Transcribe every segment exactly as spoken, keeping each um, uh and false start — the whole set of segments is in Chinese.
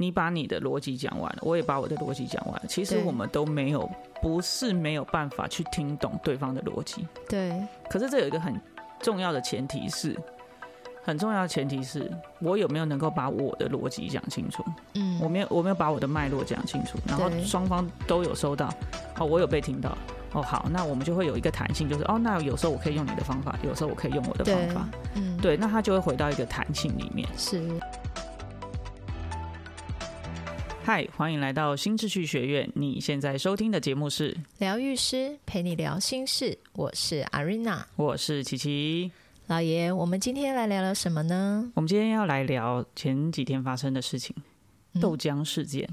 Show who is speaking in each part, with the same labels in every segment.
Speaker 1: 你把你的逻辑讲完了，我也把我的逻辑讲完了，其实我们都没有，不是没有办法去听懂对方的逻辑。
Speaker 2: 对。
Speaker 1: 可是这有一个很重要的前提是，很重要的前提是我有没有能够把我的逻辑讲清楚。嗯，我没有，我没有把我的脉络讲清楚，然后双方都有收到。哦，我有被听到。哦，好，那我们就会有一个弹性，就是哦，那有时候我可以用你的方法，有时候我可以用我的方法。嗯，对，那它就会回到一个弹性里面。
Speaker 2: 是。
Speaker 1: 嗨，欢迎来到新秩序学院。你现在收听的节目是
Speaker 2: 疗愈师陪你聊心事，我是 Arina，
Speaker 1: 我是琪琪。
Speaker 2: 老爷，我们今天来聊聊什么呢？
Speaker 1: 我们今天要来聊前几天发生的事情，嗯、豆浆事件。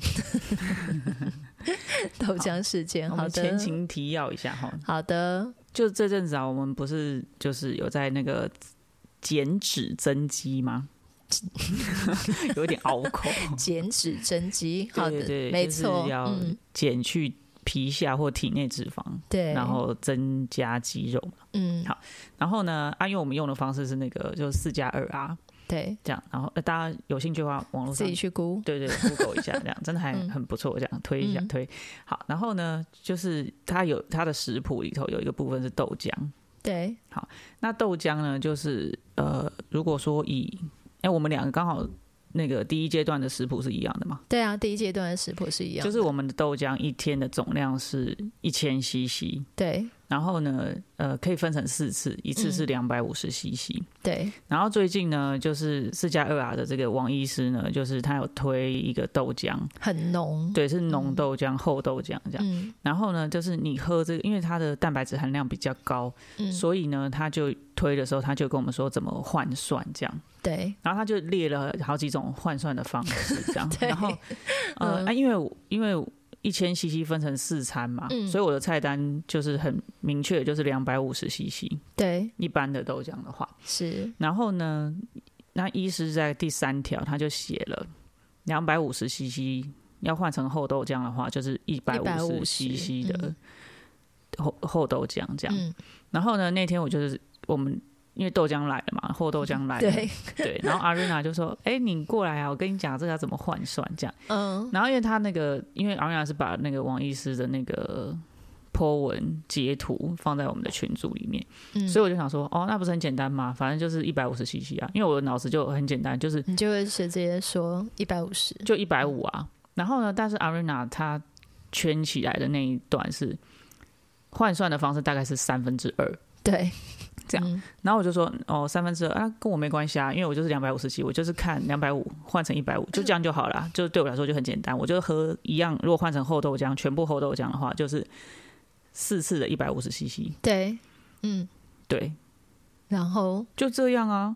Speaker 2: 豆浆事件，好的。
Speaker 1: 我们前情提要一下哈。
Speaker 2: 好的。
Speaker 1: 就这阵子啊，我们不是就是有在那个减脂增肌吗？有点拗口。
Speaker 2: 减脂增肌，好的，
Speaker 1: 对对对，
Speaker 2: 没错，
Speaker 1: 就是要减去皮下或体内脂肪，对，然后增加肌肉嘛。嗯，好，然后呢，啊，因为我们用的方式是那个就是四加二 R， 对，这样，然后、呃、大家有兴趣的话，网络上
Speaker 2: 自己去估，
Speaker 1: 对对 ，Google 一下，这样真的还很不错，这样推一下、嗯、推。好，然后呢，就是它有它的食谱里头有一个部分是豆浆，对，好，那豆浆呢，就是呃，如果说以哎、欸，我们两个刚好那个第一阶段的食谱是一样的吗？
Speaker 2: 对啊，第一阶段的食谱是一样的，
Speaker 1: 就是我们的豆浆一天的总量是一千 C C， 对，然后呢，呃，可以分成四次，一次是两百五十 C C，、嗯、对。然后最近呢，就是四加二 R 的这个王医师呢，就是他有推一个豆浆，
Speaker 2: 很浓，
Speaker 1: 对，是浓豆浆、嗯、厚豆浆这样、嗯。然后呢，就是你喝这个，因为它的蛋白质含量比较高，嗯、所以呢，他就推的时候，他就跟我们说怎么换算这样。对，然后他就列了好几种换算的方式，这样。然后，呃，嗯啊、因为因为一千 C C 分成四餐嘛、嗯，所以我的菜单就是很明确，就是两百五十 C C。对，一般的豆浆的话是。然后呢，那医师在第三条他就写了两百五十 C C， 要换成厚豆浆的话，就是一百五十 C C 的厚、嗯、厚豆浆这样、嗯。然后呢，那天我就是我们。因为豆浆来了嘛，厚豆浆来了，对对，然后 Arina 就说：“哎、欸，你过来啊，我跟你讲这个要怎么换算这样。”嗯，然后因为他那个，因为 Arina 是把那个王医师的那个 po 文截图放在我们的群组里面、嗯，所以我就想说，哦，那不是很简单吗？反正就是一百五十 C C 啊，因为我的脑子就很简单，就是
Speaker 2: 你就会直接说一百五十，
Speaker 1: 就一百五啊。然后呢，但是 Arina 他圈起来的那一段是换算的方式大概是三分之二，对。这样、嗯，然后我就说哦，三分之二啊，跟我没关系啊，因为我就是两百五十七，我就是看两百五换成一百五，就这样就好了，就对我来说就很简单。我就喝一样，如果换成厚豆浆，全部厚豆浆的话，就是四次的一百五十 C C。对，嗯，对，
Speaker 2: 然后
Speaker 1: 就这样啊。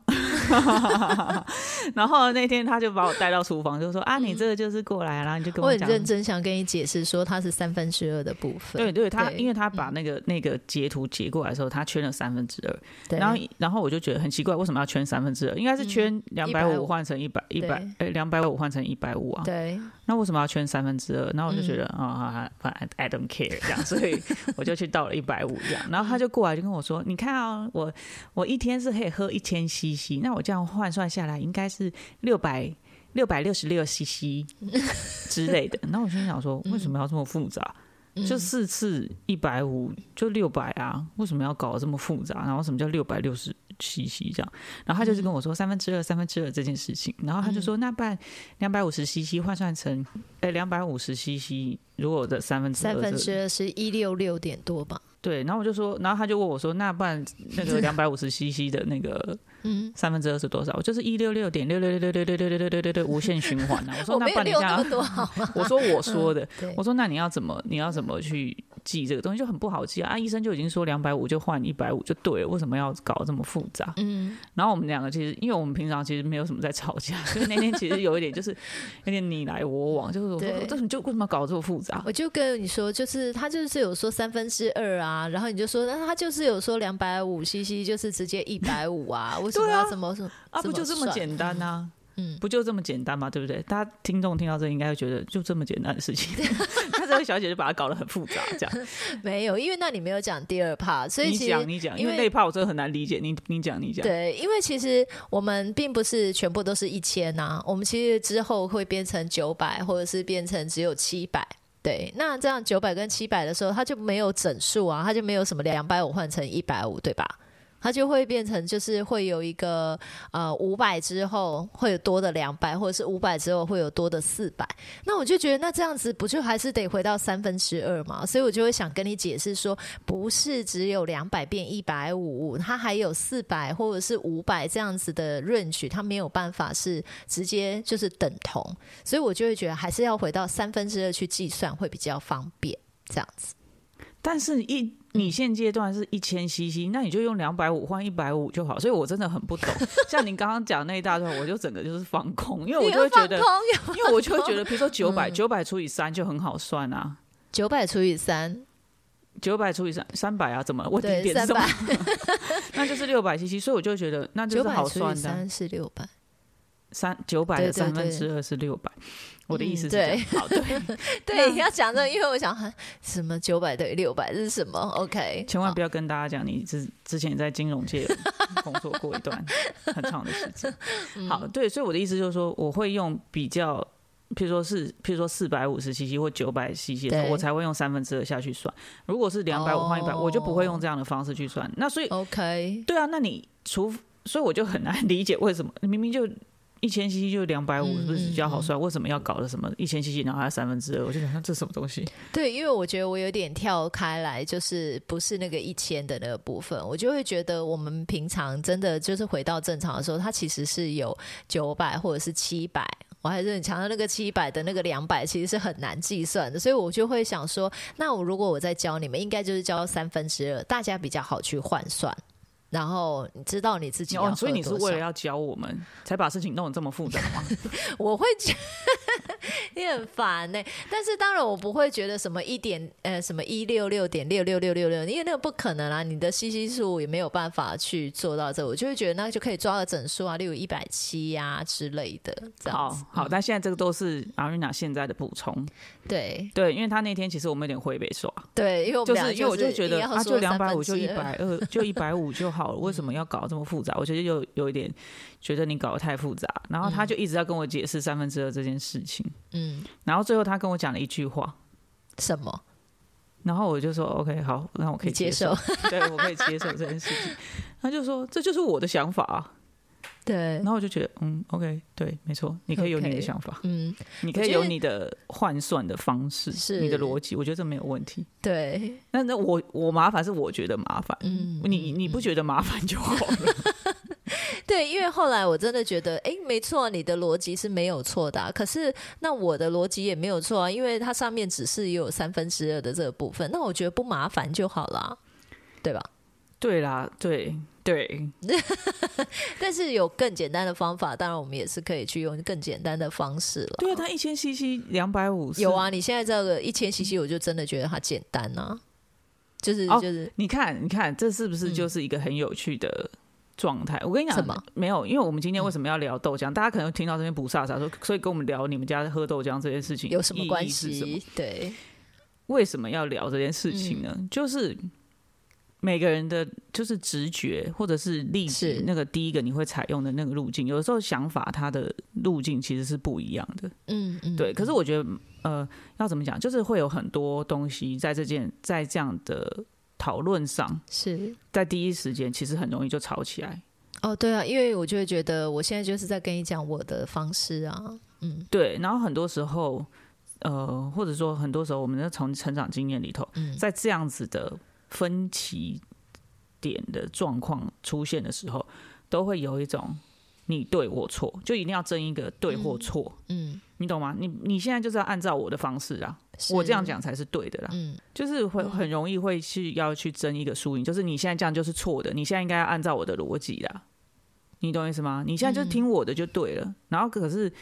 Speaker 1: 然后那天他就把我带到厨房，就说啊，你这个就是过来，然后你就跟我讲。
Speaker 2: 我很认真想跟你解释说，它是三分之二的部分。
Speaker 1: 对对，他因为他把那个、嗯、那个截图截过来的时候，他圈了三分之二。然后然后我就觉得很奇怪，为什么要圈三分之二？应该是圈两百五换成一百一百，哎，两百五换成一百五啊。对。那为什么要圈三分之二？然后我就觉得啊、嗯哦、，I don't care 这样，所以我就去倒了一百五这样。然后他就过来就跟我说：“你看啊、哦，我我一天是可以喝一千 C C， 那我这样换算下来应该是六百六百六十六 C C 之类的。”然后我心想说：“为什么要这么复杂？嗯、就四次一百五就六百啊，为什么要搞得这么复杂？然后什么叫六百六十？” C C 这样，然后他就是跟我说三分之二、三分之二这件事情，然后他就说、嗯、那不然两百五十 C C 换算成呃两百五十 C C， 如果我的三分之二，
Speaker 2: 三分之二是一百六十六点多吧？
Speaker 1: 对，然后我就说，然后他就问我说，那不然那个两百五十 C C 的那个嗯三分之二是多少？我就是一百六十六点六六六六六六六六六六六无限循环啊！我说那不然你这样，我说我说的，我说那你要怎么你要怎么去记这个东西就很不好记啊！啊医生就已经说两百五就换一百五就对了，为什么要搞这么复杂？嗯，然后我们两个其实，因为我们平常其实没有什么在吵架，所以那天其实有一点就是有点你来我往，就是我说这你就为什么要搞这么复杂？
Speaker 2: 我就跟你说，就是他就是有说三分之二啊，然后你就说，那他就是有说两百五 C C 就是直接一百五啊，为什么要这么说？
Speaker 1: 啊，不就这么简单啊？嗯嗯，不就这么简单吗？对不对？大家听众听到这应该会觉得就这么简单的事情，他那这位小姐就把它搞得很复杂，这样
Speaker 2: 没有，因为那你没有讲第二 part， 所以其实
Speaker 1: 你讲你讲，因为那一 part 我真的很难理解，你你讲你讲。
Speaker 2: 对，因为其实我们并不是全部都是一千啊，我们其实之后会变成九百，或者是变成只有七百。对，那这样九百跟七百的时候，它就没有整数啊，它就没有什么两百五换成一百五，对吧？它就会变成就是会有一个呃五百之后会有多的两百，或者是五百之后会有多的四百。那我就觉得那这样子不就还是得回到三分之二嘛？所以我就会想跟你解释说，不是只有两百变一百五，它还有四百或者是五百这样子的range，它没有办法是直接就是等同，所以我就会觉得还是要回到三分之二去计算会比较方便，这样子。
Speaker 1: 但是一你现阶段是一千 C C， 那你就用两百五换一百五就好，所以我真的很不懂。像你刚刚讲那一大段，我就整个就是放空，因为我就会觉得，因为我就会觉得，比如说九百，九百除以三就很好算啊。
Speaker 2: 九百除以三，
Speaker 1: 九百除以三，三百啊？怎么问题点是什么？那就是六百 C C， 所以我就觉得那就是好算的。
Speaker 2: 九百除以三是六百，
Speaker 1: 三九百的三分之二是六百。我的意思是这样，
Speaker 2: 嗯、
Speaker 1: 好，对
Speaker 2: 对，你要讲这，因为我想什么九百等于六百是什么 ？OK，
Speaker 1: 千万不要跟大家讲你之之前在金融界工作过一段很长的时间。好，对，所以我的意思就是说，我会用比较，譬如说是，譬如说四百五十 C C 或九百 C C 的时候，我才会用三分之二下去算。如果是两百五换一百，我就不会用这样的方式去算。那所以
Speaker 2: OK，
Speaker 1: 对啊，那你除所以我就很难理解为什么明明就。一千 C C 就两百五，是不是比较好算？嗯嗯嗯，为什么要搞的什么一千 C C， 然后还三分之二？我就想，这是什么东西？
Speaker 2: 对，因为我觉得我有点跳开来，就是不是那个一千的那个部分，我就会觉得我们平常真的就是回到正常的时候，它其实是有九百或者是七百。我还是很强调那个七百的那个两百其实是很难计算的，所以我就会想说，那我如果我在教你们，应该就是教三分之二，大家比较好去换算。然后你知道你自己要喝多少、哦、
Speaker 1: 所以你是为了要教我们才把事情弄得这么复杂吗？
Speaker 2: 我会觉得你很烦呢、欸，但是当然我不会觉得什么一点呃什么一六六点六六六六六，因为那个不可能啊，你的 C C 数也没有办法去做到这，我就会觉得那就可以抓个整数啊，例如一百七呀之类的。这样子
Speaker 1: 好，好，但现在这个都是阿瑞娜现在的补充。
Speaker 2: 对对，
Speaker 1: 因为他那天其实我们有点会被刷，
Speaker 2: 对，因为我们俩、
Speaker 1: 就是、因为我就觉得啊，就两百五就一百二，就一百五就好了，为什么要搞这么复杂？我觉得有有一点觉得你搞得太复杂，然后他就一直要跟我解释三分之二这件事情，嗯，然后最后他跟我讲了一句话，
Speaker 2: 什么？
Speaker 1: 然后我就说 OK 好，那我可以接受，对，我可以接受这件事情。他就说这就是我的想法啊。
Speaker 2: 对，
Speaker 1: 然后我就觉得，嗯 ，OK， 对，没错，你可以有你的想法， okay, 嗯，你可以有你的换算的方式，是你的逻辑，我觉得这没有问题。
Speaker 2: 对，
Speaker 1: 那那我我麻烦是我觉得麻烦，嗯，你你不觉得麻烦就好了。
Speaker 2: 对，因为后来我真的觉得，哎，没错，你的逻辑是没有错的、啊，可是那我的逻辑也没有错啊，因为它上面只是有三分之二的这个部分，那我觉得不麻烦就好了，对吧？
Speaker 1: 对啦，对。对，
Speaker 2: 但是有更简单的方法，当然我们也是可以去用更简单的方式了。
Speaker 1: 对啊，它一千 C C 两百五十，
Speaker 2: 有啊，你现在这个一千 C C， 我就真的觉得它简单啊，就是、哦、就是，
Speaker 1: 你看，你看，这是不是就是一个很有趣的状态？嗯、我跟你讲，
Speaker 2: 什么
Speaker 1: 没有，因为我们今天为什么要聊豆浆？嗯、大家可能听到这边不飒飒说，所以跟我们聊你们家喝豆浆这件事情
Speaker 2: 有什么关系？对，
Speaker 1: 为什么要聊这件事情呢？嗯、就是。每个人的就是直觉或者是立即那个第一个你会采用的那个路径，有的时候想法它的路径其实是不一样的。嗯嗯，对。可是我觉得呃，要怎么讲，就是会有很多东西在这件在这样的讨论上，是在第一时间其实很容易就吵起来。
Speaker 2: 哦，对啊，因为我就会觉得我现在就是在跟你讲我的方式啊。嗯，
Speaker 1: 对。然后很多时候呃，或者说很多时候我们从成长经验里头，嗯、在这样子的分歧点的状况出现的时候，都会有一种你对我错，就一定要争一个对或错。嗯，你懂吗？你你现在就是要按照我的方式啊，我这样讲才是对的啦。嗯，就是会很容易会去要去争一个输赢，就是你现在这样就是错的，你现在应该要按照我的逻辑啦。你懂意思吗？你现在就听我的就对了。嗯、然后可是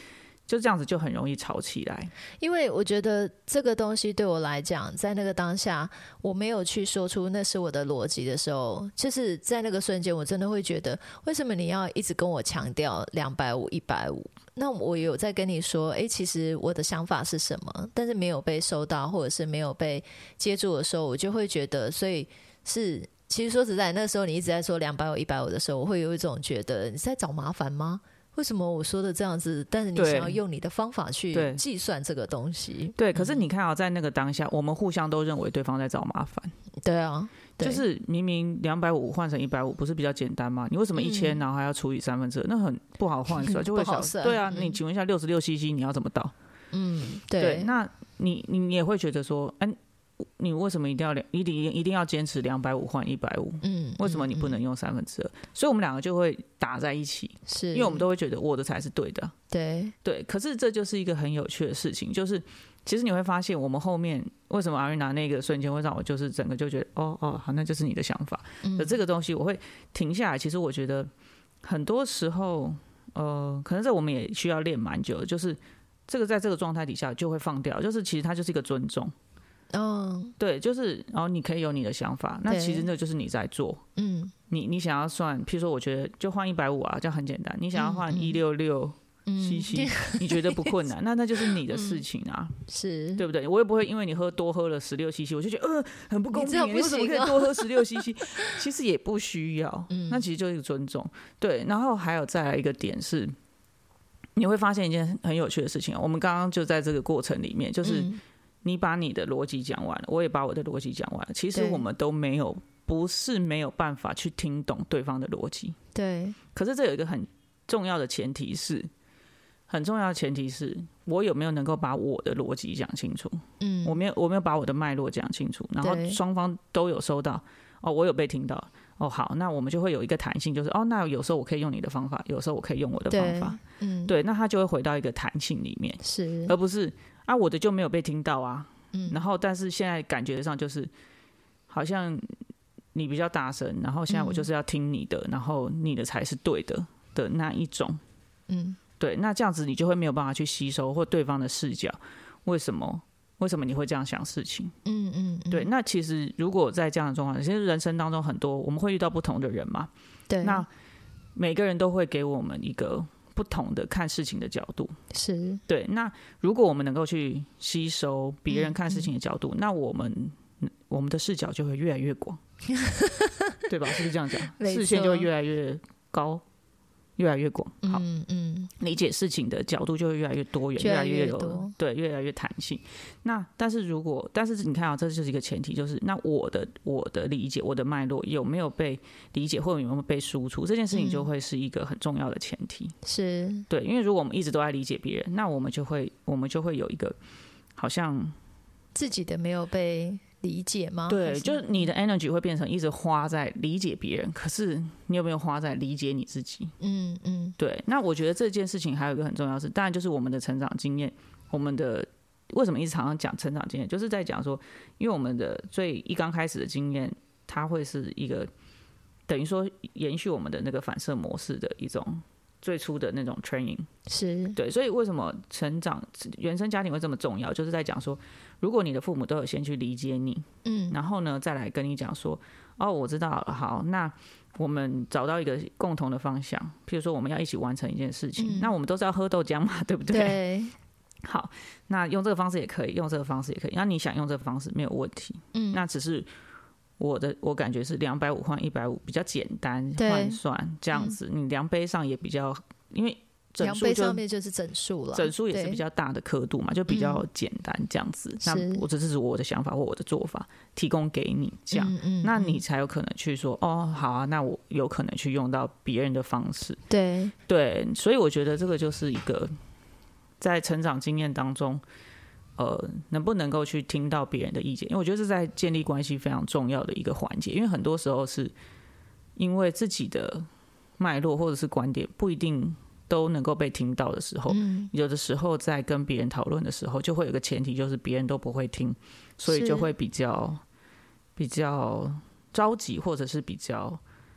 Speaker 1: 就这样子就很容易吵起来。
Speaker 2: 因为我觉得这个东西对我来讲，在那个当下我没有去说出那是我的逻辑的时候，就是在那个瞬间我真的会觉得，为什么你要一直跟我强调两百五一百五？那我有在跟你说，哎，其实我的想法是什么，但是没有被收到或者是没有被接住的时候，我就会觉得，所以是其实说实在，那时候你一直在说两百五一百五的时候，我会有一种觉得你是在找麻烦吗？为什么我说的这样子，但是你想要用你的方法去计算这个东西？
Speaker 1: 对, 对，可是你看啊，在那个当下我们互相都认为对方在找麻烦。
Speaker 2: 对啊，对，
Speaker 1: 就是明明两百五换成一百五不是比较简单吗？你为什么一千、嗯、然后还要除以三分之二？那很不好换算，就会想对啊、嗯、你请问一下六十六 C C 你要怎么倒？嗯， 对, 对，那你你也会觉得说，哎、啊，你为什么一定要一定一定要坚持两百五换一百五？嗯，为什么你不能用三分之二？所以我们两个就会打在一起，是因为我们都会觉得我的才是对的。
Speaker 2: 对
Speaker 1: 对，可是这就是一个很有趣的事情，就是其实你会发现，我们后面为什么阿瑞娜那个瞬间会让我就是整个就觉得，哦哦，好，那就是你的想法。嗯，这个东西我会停下来。其实我觉得很多时候，呃，可能这我们也需要练蛮久的，就是这个在这个状态底下就会放掉，就是其实它就是一个尊重。哦，对，就是然后、哦、你可以有你的想法，那其实那就是你在做。嗯，你你想要算，譬如说，我觉得就换一百五啊，这样很简单。你想要换一六六 C C， 你觉得不困难，那那就是你的事情啊，嗯、是对不对？我也不会因为你喝多喝了十六 C C， 我就觉得呃很不公平，你为什么可以多喝十六 C C？ 其实也不需要，嗯、那其实就是一个尊重。对，然后还有再来一个点是，你会发现一件很有趣的事情，我们刚刚就在这个过程里面，就是。嗯，你把你的逻辑讲完了，我也把我的逻辑讲完了。其实我们都没有，不是没有办法去听懂对方的逻辑。对。可是这有一个很重要的前提是，很重要的前提是我有没有能够把我的逻辑讲清楚。嗯。我没有，我没有把我的脉络讲清楚，然后双方都有收到。哦，我有被听到。哦，好，那我们就会有一个弹性，就是哦，那有时候我可以用你的方法，有时候我可以用我的方法。嗯。对，那它就会回到一个弹性里面，是，而不是。啊，我的就没有被听到啊，嗯，然后但是现在感觉上就是好像你比较大声，然后现在我就是要听你的，嗯、然后你的才是对的的那一种，嗯，对，那这样子你就会没有办法去吸收或对方的视角，为什么？为什么你会这样想事情？嗯嗯, 嗯，对，那其实如果在这样的状况，其实人生当中很多我们会遇到不同的人嘛，对，那每个人都会给我们一个。不同的看事情的角度是对，那如果我们能够去吸收别人看事情的角度，嗯、那我们我们的视角就会越来越广，对吧？是不是这样讲？视线就会越来越高，越来越广。好，嗯嗯，理解事情的角度就会越来越多元，越来越有对，越来越弹性。那但是如果但是你看啊，这就是一个前提，就是那我的我的理解，我的脉络有没有被理解，或者有没有被输出，这件事情就会是一个很重要的前提。是、嗯、对，因为如果我们一直都在理解别人，那我们就会我们就会有一个好像
Speaker 2: 自己的没有被理解吗？
Speaker 1: 对，就是你的 energy 会变成一直花在理解别人，可是你有没有花在理解你自己？嗯嗯，对。那我觉得这件事情还有一个很重要的是，当然就是我们的成长经验，我们的为什么一直常常讲成长经验，就是在讲说，因为我们的最一刚开始的经验，它会是一个等于说延续我们的那个反射模式的一种最初的那种 training， 是对，所以为什么成长原生家庭会这么重要，就是在讲说，如果你的父母都有先去理解你，嗯，然后呢再来跟你讲说，哦，我知道了，好，那我们找到一个共同的方向，譬如说我们要一起完成一件事情，嗯、那我们都是要喝豆浆嘛，对不对？对。好，那用这个方式也可以，用这个方式也可以，那你想用这个方式没有问题，嗯，那只是。我的我感觉是两百五换一百五比较简单换算这样子，嗯、你量杯上也比较，因为整数就
Speaker 2: 量杯上面就是整数了，
Speaker 1: 整数也是比较大的刻度嘛，就比较简单这样子。嗯、那我这是我的想法或我的做法，提供给你这样，嗯嗯、那你才有可能去说哦，好啊，那我有可能去用到别人的方式。对对，所以我觉得这个就是一个在成长经验当中。呃，能不能够去听到别人的意见？因为我觉得是在建立关系非常重要的一个环节。因为很多时候是因为自己的脉络或者是观点不一定都能够被听到的时候，嗯、有的时候在跟别人讨论的时候，就会有一个前提，就是别人都不会听，所以就会比较比较着急，或者是比较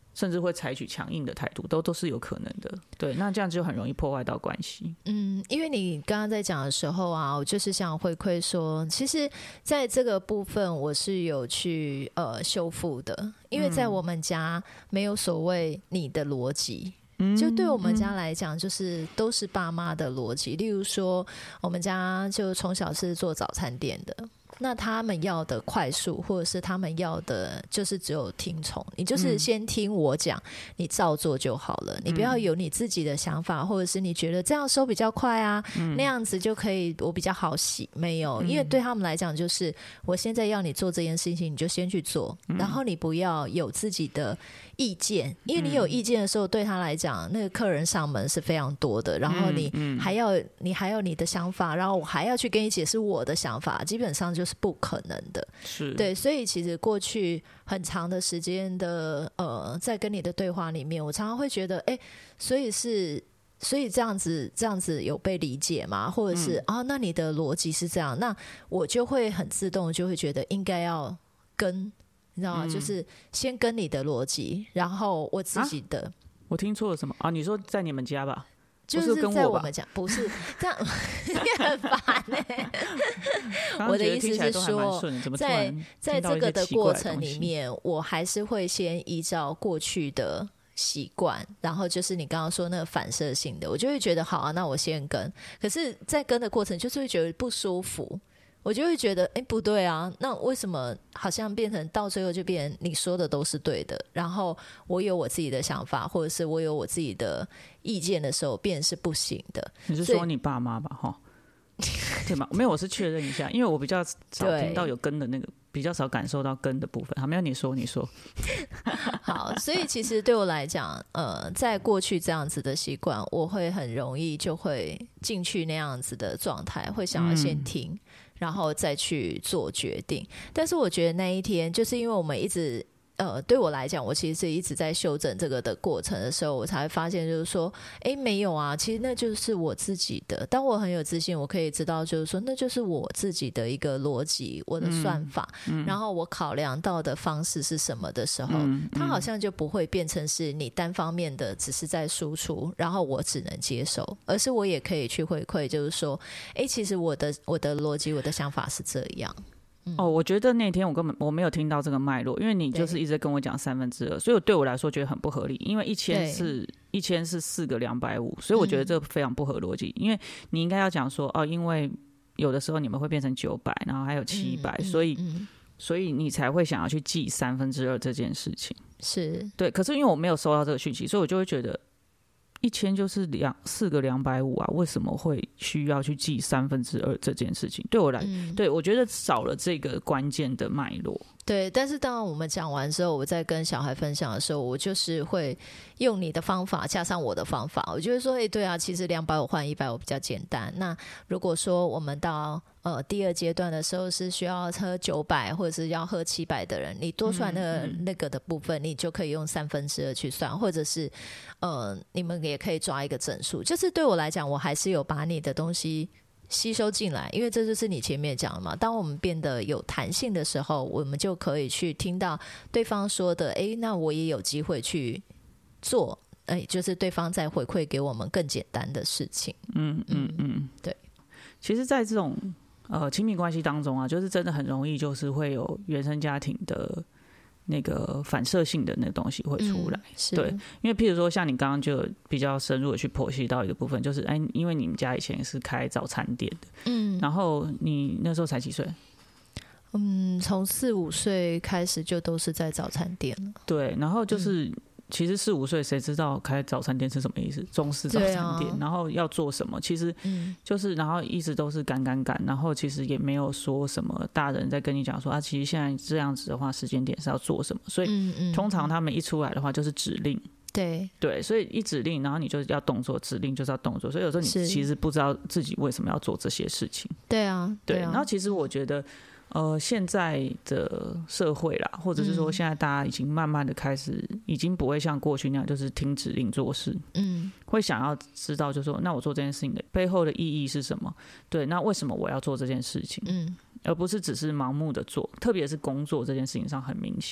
Speaker 1: 甚至会采取强硬的态度，都都是有可能的。对，那这样就很容易破坏到关系。
Speaker 2: 嗯，因为你刚刚在讲的时候啊，我就是想回馈说，其实在这个部分我是有去呃修复的，因为在我们家没有所谓你的逻辑。嗯，就对我们家来讲，就是都是爸妈的逻辑。例如说，我们家就从小是做早餐店的。那他们要的快速，或者是他们要的就是只有听从，你就是先听我讲、嗯、你照做就好了，你不要有你自己的想法、嗯、或者是你觉得这样收比较快啊、嗯、那样子就可以我比较好洗，没有，因为对他们来讲就是我现在要你做这件事情你就先去做、嗯、然后你不要有自己的意见，因为你有意见的时候对他来讲那个客人上门是非常多的，然后你还要你还有你的想法，然后我还要去跟你解释我的想法，基本上就是是不可能的，
Speaker 1: 是
Speaker 2: 对，所以其实过去很长的时间的呃，在跟你的对话里面，我常常会觉得，哎、欸，所以是，所以这样子，这样子有被理解吗？或者是、嗯、啊，那你的逻辑是这样，那我就会很自动就会觉得应该要跟，你知道吗？嗯、就是先跟你的逻辑，然后我自己的、啊，
Speaker 1: 我听错了什么啊？你说在你们家吧？
Speaker 2: 就是在我们讲，不是这样，你很烦哎、欸。我的意思是说，在在这个的过程里面，我还是会先依照过去的习惯，然后就是你刚刚说那个反射性的，我就会觉得好啊，那我先跟。可是，在跟的过程，就是会觉得不舒服。我就会觉得，哎、欸，不对啊，那为什么好像变成到最后就变成你说的都是对的，然后我有我自己的想法，或者是我有我自己的意见的时候，变成是不行的。
Speaker 1: 你是说你爸妈吧？哈，对吗？没有，我是确认一下，因为我比较少听到有跟的那个，比较少感受到跟的部分。好，没有，你说，你说。
Speaker 2: 好，所以其实对我来讲，呃，在过去这样子的习惯，我会很容易就会进去那样子的状态，会想要先听。嗯，然后再去做决定，但是我觉得那一天，就是因为我们一直呃，对我来讲，我其实是一直在修正这个的过程的时候，我才会发现，就是说，哎，没有啊，其实那就是我自己的。当我很有自信，我可以知道，就是说，那就是我自己的一个逻辑，我的算法，嗯嗯、然后我考量到的方式是什么的时候，嗯嗯、它好像就不会变成是你单方面的，只是在输出，然后我只能接受，而是我也可以去回馈，就是说，哎，其实我的我的逻辑，我的想法是这样。
Speaker 1: 哦，我觉得那天我根本我没有听到这个脉络，因为你就是一直跟我讲三分之二，所以对我来说觉得很不合理。因为一千是一千是四个两百五，所以我觉得这非常不合逻辑。嗯、因为你应该要讲说哦，因为有的时候你们会变成九百，然后还有七百、嗯，所以、嗯、所以你才会想要去记三分之二这件事情。
Speaker 2: 是
Speaker 1: 对，可是因为我没有收到这个讯息，所以我就会觉得。一千就是两四个两百五啊，为什么会需要去记三分之二这件事情？对我来，嗯、对我觉得少了这个关键的脉络。
Speaker 2: 对，但是当我们讲完之后，我在跟小孩分享的时候，我就是会用你的方法加上我的方法，我就会说，哎、欸，对啊，其实两百五换一百五比较简单。那如果说我们到呃第二阶段的时候是需要喝九百或者是要喝七百的人，你多出来那个、嗯、那个的部分，你就可以用三分之二去算，或者是呃你们也可以抓一个整数。就是对我来讲，我还是有把你的东西吸收进来，因为这就是你前面讲的嘛。当我们变得有弹性的时候，我们就可以去听到对方说的，哎，那我也有机会去做，哎，就是对方在回馈给我们更简单的事情。
Speaker 1: 嗯嗯嗯，对。其实，在这种呃亲密关系当中啊，就是真的很容易，就是会有原生家庭的那个反射性的那个东西会出来、嗯、对，因为譬如说像你刚刚就比较深入的去剖析到一个部分，就是哎，因为你们家以前是开早餐店的，嗯，然后你那时候才几岁？
Speaker 2: 嗯，从四五岁开始就都是在早餐店了。
Speaker 1: 对，然后就是、嗯其实四五岁谁知道开早餐店是什么意思？中式早餐店、啊，然后要做什么？其实就是然后一直都是赶赶赶，然后其实也没有说什么大人在跟你讲说啊，其实现在这样子的话，时间点是要做什么。所以通常他们一出来的话就是指令，
Speaker 2: 对
Speaker 1: 对，所以一指令，然后你就要动作，指令就是要动作，所以有时候你其实不知道自己为什么要做这些事情。
Speaker 2: 对啊，
Speaker 1: 对，
Speaker 2: 对啊，
Speaker 1: 然后其实我觉得。呃，现在的社会啦，或者是说现在大家已经慢慢的开始，嗯、已经不会像过去那样，就是听指令做事，嗯，会想要知道，就是说，那我做这件事情的背后的意义是什么？对，那为什么我要做这件事情？嗯，而不是只是盲目的做，特别是工作这件事情上很明显。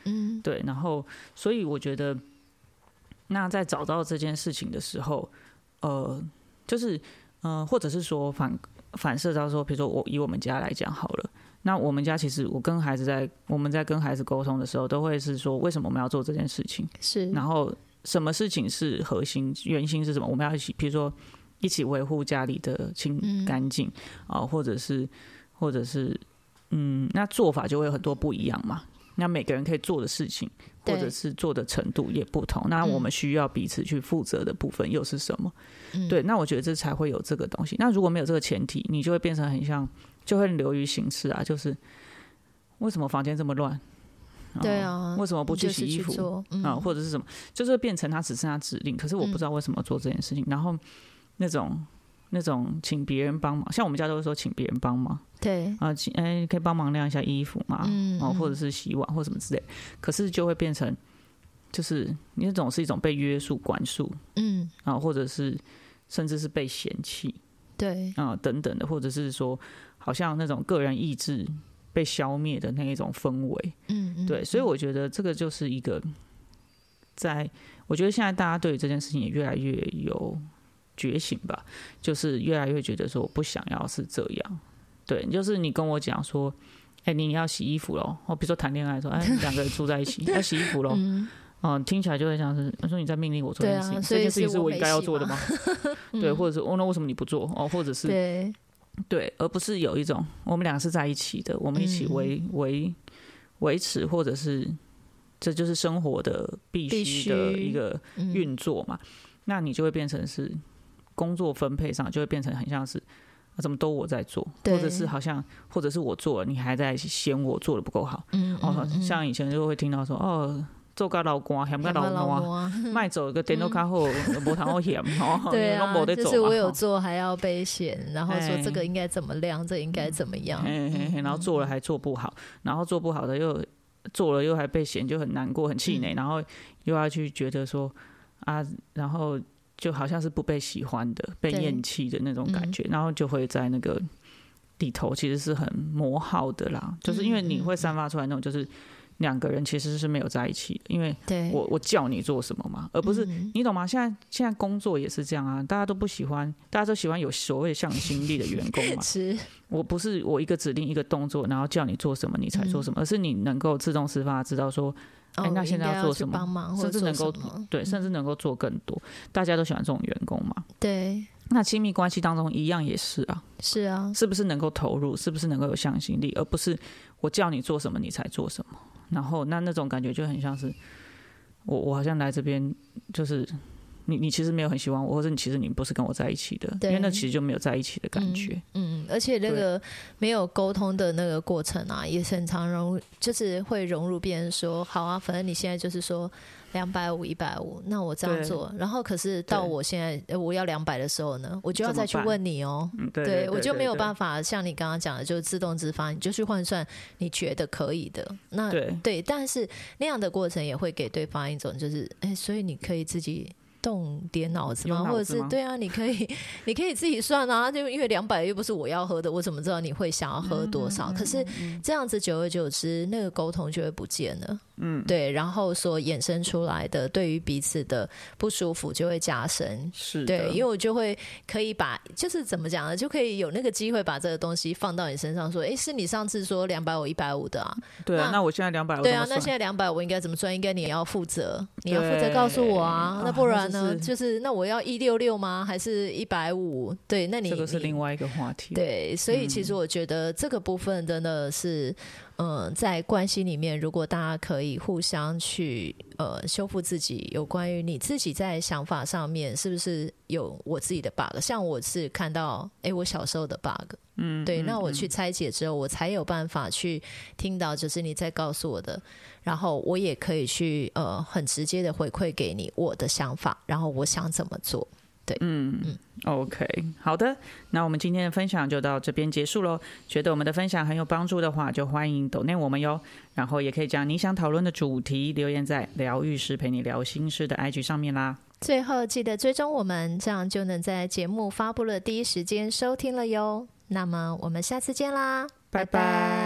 Speaker 1: 嗯，对，然后所以我觉得，那在找到这件事情的时候，呃，就是呃，或者是说反反射到说，比如说我以我们家来讲好了。那我们家其实，我跟孩子在我们在跟孩子沟通的时候，都会是说，为什么我们要做这件事情？是，然后什么事情是核心，原心是什么？我们要一起，比如说一起维护家里的清干净啊，或者是或者是嗯，那做法就会有很多不一样嘛。那每个人可以做的事情，或者是做的程度也不同。那我们需要彼此去负责的部分又是什么？嗯、对，那我觉得这才会有这个东西。那如果没有这个前提，你就会变成很像。就会流于形式啊，就是为什么房间这么乱？
Speaker 2: 对啊，
Speaker 1: 为什么不去洗衣服、嗯、啊？或者是什么？就是会变成他只剩下指令，可是我不知道为什么做这件事情。嗯、然后那种那种请别人帮忙，像我们家都会说请别人帮忙，对啊，请哎可以帮忙晾一下衣服嘛，嗯，哦，或者是洗碗或什么之类。可是就会变成就是那种是一种被约束、管束，嗯啊，或者是甚至是被嫌弃，对啊等等的，或者是说。好像那种个人意志被消灭的那一种氛围，嗯，嗯对，所以我觉得这个就是一个，在我觉得现在大家对于这件事情也越来越有觉醒吧，就是越来越觉得说我不想要是这样，对，就是你跟我讲说，哎、欸，你要洗衣服咯，我比如说谈恋爱说，哎，两个人住在一起要洗衣服咯。嗯嗯，听起来就会像是说你在命令我做这件事情，啊、这件事情是我应该要做的吗？对，或者是哦，那为什么你不做？哦，或者是对。对，而不是有一种我们两个是在一起的，我们一起维维维持，或者是这就是生活的必须的一个运作嘛。嗯、那你就会变成是工作分配上就会变成很像是、啊、怎么都我在做，或者是好像或者是我做了，你还在嫌我做的不够好。嗯嗯嗯哦，像以前就会听到说哦。做到老官，嫌到老官，卖走个电脑卡后，无通好嫌哦。
Speaker 2: 对啊，就是我有做还要被嫌，然后说这个应该怎么亮，这应该怎么样，
Speaker 1: 嘿嘿嘿然后做了还做不好，然后做不好的又做了又还被嫌，就很难过、很气馁，嗯、然后又要去觉得说啊，然后就好像是不被喜欢的、被厌弃的那种感觉，然后就会在那个里头其实是很磨耗的啦，就是因为你会散发出来那种就是。两个人其实是没有在一起的，因为我我叫你做什么嘛，而不是、嗯、你懂吗？现在现在工作也是这样啊，大家都不喜欢，大家都喜欢有所谓向心力的员工嘛。是，我不是我一个指令一个动作，然后叫你做什么你才做什么，嗯、而是你能够自动自发知道说，哎、欸，那现在要做什么，
Speaker 2: 哦、
Speaker 1: 甚至能够对，甚至能够做更多。大家都喜欢这种员工嘛。
Speaker 2: 对。
Speaker 1: 那亲密关系当中一样也是啊，
Speaker 2: 是啊，
Speaker 1: 是不是能够投入，是不是能够有向心力，而不是我叫你做什么你才做什么。然后那那种感觉就很像是我我好像来这边就是你你其实没有很喜欢我，或者你其实你不是跟我在一起的，因为那其实就没有在一起的感觉。
Speaker 2: 嗯，嗯而且那个没有沟通的那个过程啊，也是很常融，就是会融入别人说好啊，反正你现在就是说。两百五、一百五，那我这样做，然后可是到我现在我要两百的时候呢，我就要再去问你哦、喔。对, 对, 对, 对，我就没有办法像你刚刚讲的，就是自动自发，你就去换算你觉得可以的。那 对, 对，但是那样的过程也会给对方一种就是，哎、欸，所以你可以自己。动点脑子吗？或者是对啊，你可以，你可以自己算啊。就因为两百又不是我要喝的，我怎么知道你会想要喝多少？嗯、可是这样子久而久之，那个沟通就会不见了。嗯，对，然后所衍生出来的对于彼此的不舒服就会加深。是，对，因为我就会可以把，就是怎么讲呢？就可以有那个机会把这个东西放到你身上，说，哎，是你上次说两百五、一百五的啊。
Speaker 1: 对啊，那, 那我现在两百，
Speaker 2: 对啊，那现在两百我应该怎么算？应该你也要负责，你要负责告诉我啊。那不然呢？就是、那我要一六六吗？还是一百五？对，那你
Speaker 1: 这个是另外一个话题。
Speaker 2: 对，所以其实我觉得这个部分真的是，嗯，在关系里面，如果大家可以互相去呃修复自己，有关于你自己在想法上面是不是有我自己的 bug？ 像我是看到，哎，我小时候的 bug。嗯，对，那我去拆解之后，我才有办法去听到，就是你在告诉我的，然后我也可以去呃很直接的回馈给你我的想法，然后我想怎么做。对，
Speaker 1: 嗯嗯 ，OK， 好的，那我们今天的分享就到这边结束咯。觉得我们的分享很有帮助的话，就欢迎抖内我们哟。然后也可以将你想讨论的主题留言在疗愈师陪你聊心事的 I G 上面啦。
Speaker 2: 最后记得追踪我们，这样就能在节目发布的第一时间收听了哟。那么我们下次见啦，拜拜。